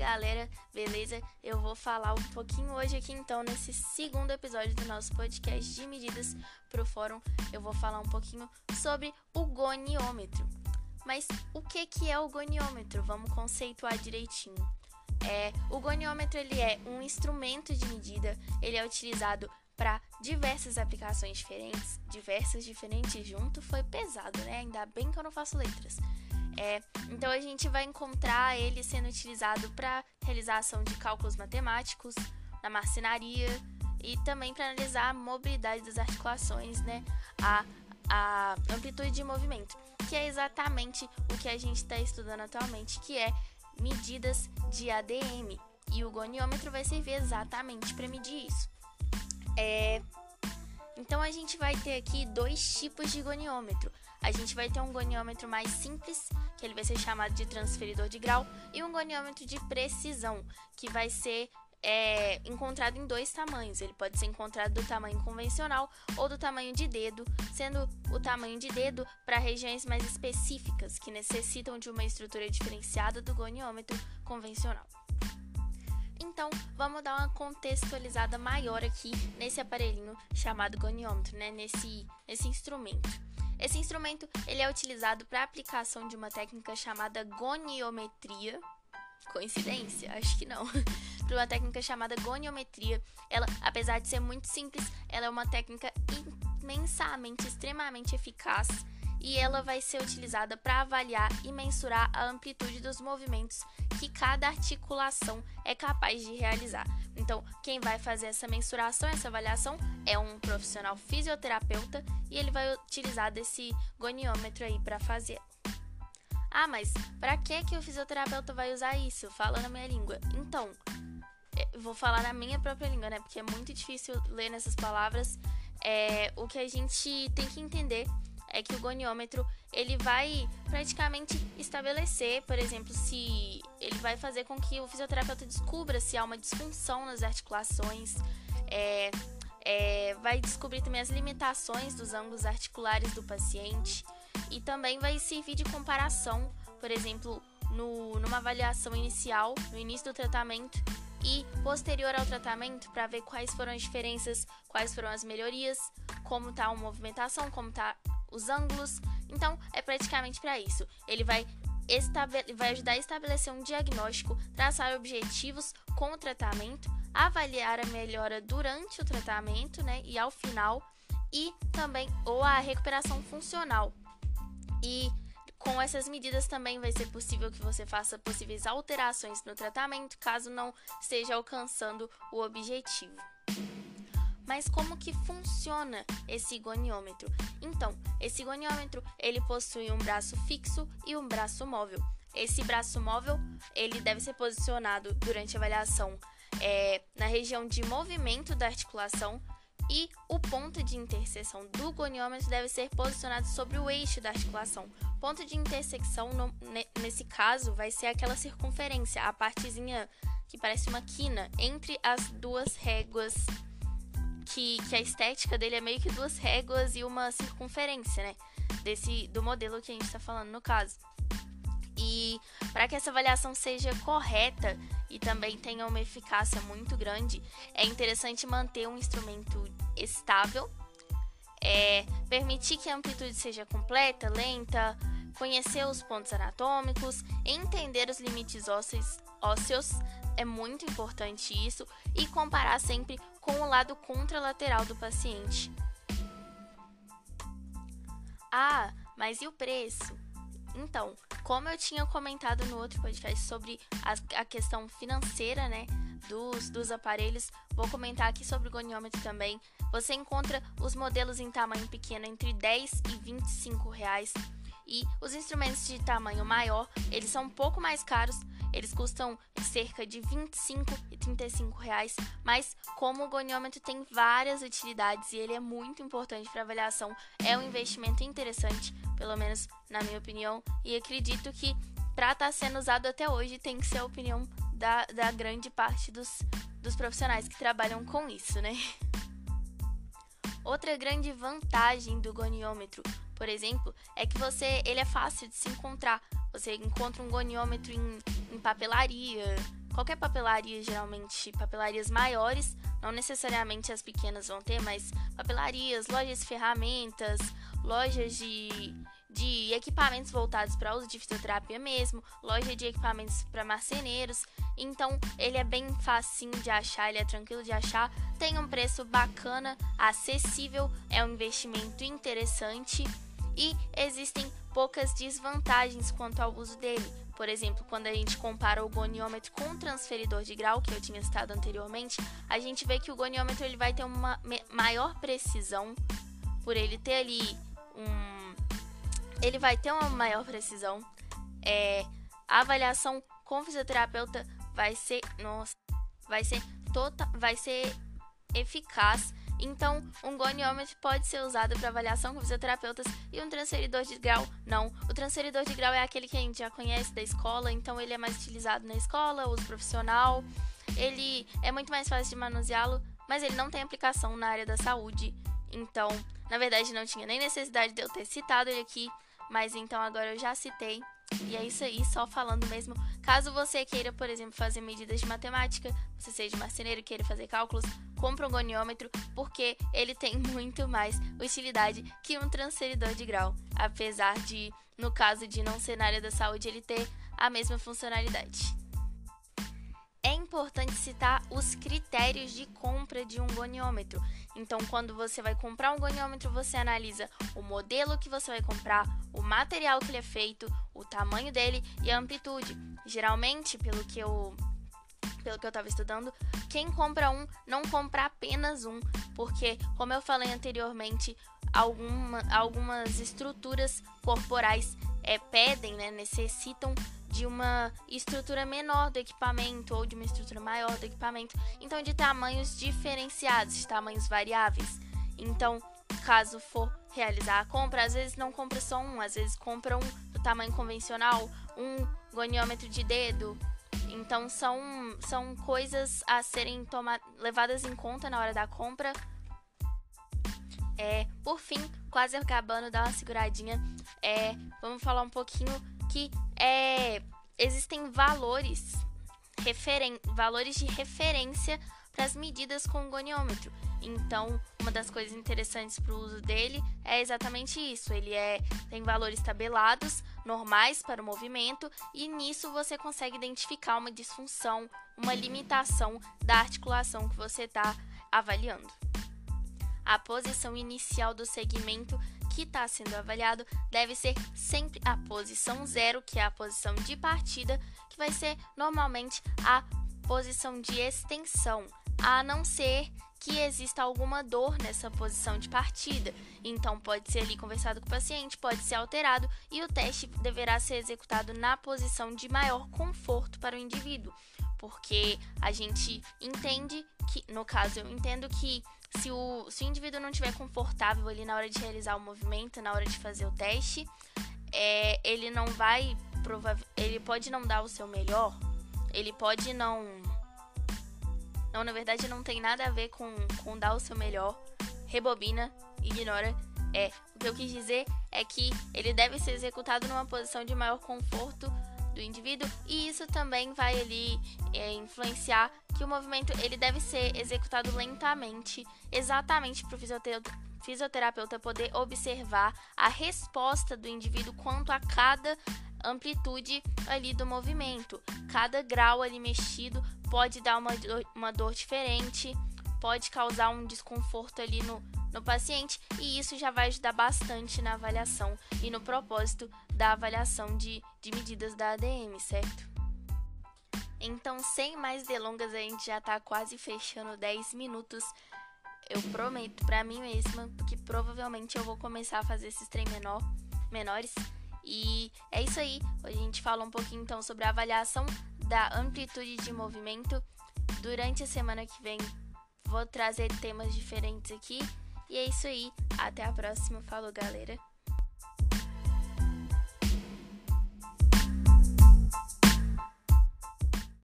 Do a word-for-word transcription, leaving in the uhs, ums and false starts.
galera, beleza? Eu vou falar um pouquinho hoje aqui então nesse segundo episódio do nosso podcast de medidas para o fórum. Eu vou falar um pouquinho sobre o goniômetro. Mas o que, que é o goniômetro? Vamos conceituar direitinho. É, o goniômetro ele é um instrumento de medida, ele é utilizado para diversas aplicações diferentes, diversas diferentes junto, foi pesado, né? Ainda bem que eu não faço letras. É, então a gente vai encontrar ele sendo utilizado para realização de cálculos matemáticos, na marcenaria e também para analisar a mobilidade das articulações, né? A, a amplitude de movimento, que é exatamente o que a gente está estudando atualmente, que é medidas de A D M. E o goniômetro vai servir exatamente para medir isso. É, então a gente vai ter aqui dois tipos de goniômetro. A gente vai ter um goniômetro mais simples, que ele vai ser chamado de transferidor de grau, e um goniômetro de precisão, que vai ser é, encontrado em dois tamanhos. Ele pode ser encontrado do tamanho convencional ou do tamanho de dedo, sendo o tamanho de dedo para regiões mais específicas, que necessitam de uma estrutura diferenciada do goniômetro convencional. Então, vamos dar uma contextualizada maior aqui nesse aparelhinho chamado goniômetro, né? nesse, nesse instrumento. Esse instrumento ele é utilizado para a aplicação de uma técnica chamada goniometria. Coincidência? Acho que não. Para uma técnica chamada goniometria. Ela, apesar de ser muito simples, ela é uma técnica imensamente, extremamente eficaz. E ela vai ser utilizada para avaliar e mensurar a amplitude dos movimentos que cada articulação é capaz de realizar. Então, quem vai fazer essa mensuração, essa avaliação, é um profissional fisioterapeuta e ele vai utilizar desse goniômetro aí para fazer. Ah, mas para que que o fisioterapeuta vai usar isso? Fala na minha língua. Então, eu vou falar na minha própria língua, né? Porque é muito difícil ler nessas palavras. É, o que a gente tem que entender é que o goniômetro ele vai praticamente estabelecer, por exemplo, se ele vai fazer com que o fisioterapeuta descubra se há uma disfunção nas articulações, é, é, vai descobrir também as limitações dos ângulos articulares do paciente e também vai servir de comparação, por exemplo, no, numa avaliação inicial, no início do tratamento e posterior ao tratamento, para ver quais foram as diferenças, quais foram as melhorias, como está a movimentação, como está os ângulos. Então, é praticamente para isso. Ele vai, estabele- vai ajudar a estabelecer um diagnóstico, traçar objetivos com o tratamento, avaliar a melhora durante o tratamento, né, e ao final, e também ou a recuperação funcional. E com essas medidas também vai ser possível que você faça possíveis alterações no tratamento, caso não esteja alcançando o objetivo. Mas como que funciona esse goniômetro? Então, esse goniômetro, ele possui um braço fixo e um braço móvel. Esse braço móvel, ele deve ser posicionado durante a avaliação é, na região de movimento da articulação e o ponto de interseção do goniômetro deve ser posicionado sobre o eixo da articulação. Ponto de intersecção, no, nesse caso, vai ser aquela circunferência, a partezinha que parece uma quina entre as duas réguas. Que, que a estética dele é meio que duas réguas e uma circunferência, né? Desse, do modelo que a gente está falando no caso. E para que essa avaliação seja correta e também tenha uma eficácia muito grande, é interessante manter um instrumento estável, é, permitir que a amplitude seja completa, lenta, conhecer os pontos anatômicos, entender os limites ósseos, ósseos é muito importante isso, e comparar sempre com o lado contralateral do paciente. Ah, mas e o preço? Então, como eu tinha comentado no outro podcast sobre a, a questão financeira, né, dos, dos aparelhos, vou comentar aqui sobre o goniômetro também. Você encontra os modelos em tamanho pequeno entre dez e vinte e cinco reais. E os instrumentos de tamanho maior, eles são um pouco mais caros, eles custam cerca de vinte e cinco e trinta e cinco reais, mas como o goniômetro tem várias utilidades e ele é muito importante para avaliação, é um investimento interessante, pelo menos na minha opinião, e acredito que para estar sendo usado até hoje tem que ser a opinião da, da grande parte dos, dos profissionais que trabalham com isso, né? Outra grande vantagem do goniômetro, por exemplo, é que você, ele é fácil de se encontrar. Você encontra um goniômetro em, em papelaria, qualquer papelaria, geralmente papelarias maiores, não necessariamente as pequenas vão ter, mas papelarias, lojas de ferramentas, lojas de, de equipamentos voltados para uso de fisioterapia mesmo, loja de equipamentos para marceneiros. Então ele é bem facinho de achar, ele é tranquilo de achar, tem um preço bacana, acessível, é um investimento interessante e existem poucas desvantagens quanto ao uso dele. Por exemplo, quando a gente compara o goniômetro com o transferidor de grau, que eu tinha citado anteriormente, a gente vê que o goniômetro ele vai ter uma maior precisão, por ele ter ali um... Ele vai ter uma maior precisão. É, a avaliação com fisioterapeuta vai ser... Nossa, vai ser, tota, vai ser eficaz. Então, um goniômetro pode ser usado para avaliação com fisioterapeutas e um transferidor de grau não. O transferidor de grau é aquele que a gente já conhece da escola, então ele é mais utilizado na escola, uso profissional. Ele é muito mais fácil de manuseá-lo, mas ele não tem aplicação na área da saúde. Então, na verdade, não tinha nem necessidade de eu ter citado ele aqui, mas então agora eu já citei. E é isso aí, só falando mesmo. Caso você queira, por exemplo, fazer medidas de matemática, você seja marceneiro e queira fazer cálculos, compra um goniômetro, porque ele tem muito mais utilidade que um transferidor de grau. Apesar de, no caso de não ser na área da saúde, ele ter a mesma funcionalidade. É importante citar os critérios de compra de um goniômetro. Então, quando você vai comprar um goniômetro, você analisa o modelo que você vai comprar, o material que ele é feito, o tamanho dele e a amplitude. Geralmente, pelo que eu pelo que eu estava estudando, quem compra um não compra apenas um, porque, como eu falei anteriormente, alguma, algumas estruturas corporais é, pedem, né, necessitam de uma estrutura menor do equipamento ou de uma estrutura maior do equipamento, então de tamanhos diferenciados, de tamanhos variáveis. Então, caso for realizar a compra, às vezes não compra só um, às vezes compra um do tamanho convencional, um goniômetro de dedo. Então, são, são coisas a serem toma- levadas em conta na hora da compra. É, por fim, quase acabando, dá uma seguradinha, é, vamos falar um pouquinho que é, existem valores, referen- valores de referência para as medidas com o goniômetro. Então, uma das coisas interessantes para o uso dele é exatamente isso. Ele é, tem valores tabelados, normais para o movimento, e nisso você consegue identificar uma disfunção, uma limitação da articulação que você está avaliando. A posição inicial do segmento que está sendo avaliado deve ser sempre a posição zero, que é a posição de partida, que vai ser normalmente a posição de extensão, a não ser que exista alguma dor nessa posição de partida. Então, pode ser ali conversado com o paciente, pode ser alterado e o teste deverá ser executado na posição de maior conforto para o indivíduo, porque a gente entende que, no caso, eu entendo que se o, se o indivíduo não estiver confortável ali na hora de realizar o movimento, na hora de fazer o teste, é, ele não vai, prova- ele pode não dar o seu melhor, ele pode não... Não, na verdade, não tem nada a ver com, com dar o seu melhor. Rebobina, ignora. É, o que eu quis dizer é que ele deve ser executado numa posição de maior conforto do indivíduo, e isso também vai ali é, influenciar que o movimento ele deve ser executado lentamente, exatamente para o fisioterapeuta, fisioterapeuta poder observar a resposta do indivíduo quanto a cada amplitude ali do movimento. Cada grau ali mexido pode dar uma dor, uma dor diferente, pode causar um desconforto ali no, no paciente, e isso já vai ajudar bastante na avaliação e no propósito da avaliação de, de medidas da A D M, certo? Então, sem mais delongas, a gente já tá quase fechando dez minutos. Eu prometo pra mim mesma que provavelmente eu vou começar a fazer esses treinos menor, menores. E é isso aí. Hoje a gente fala um pouquinho então sobre a avaliação da amplitude de movimento. Durante a semana que vem vou trazer temas diferentes aqui. E é isso aí. Até a próxima. Falou, galera.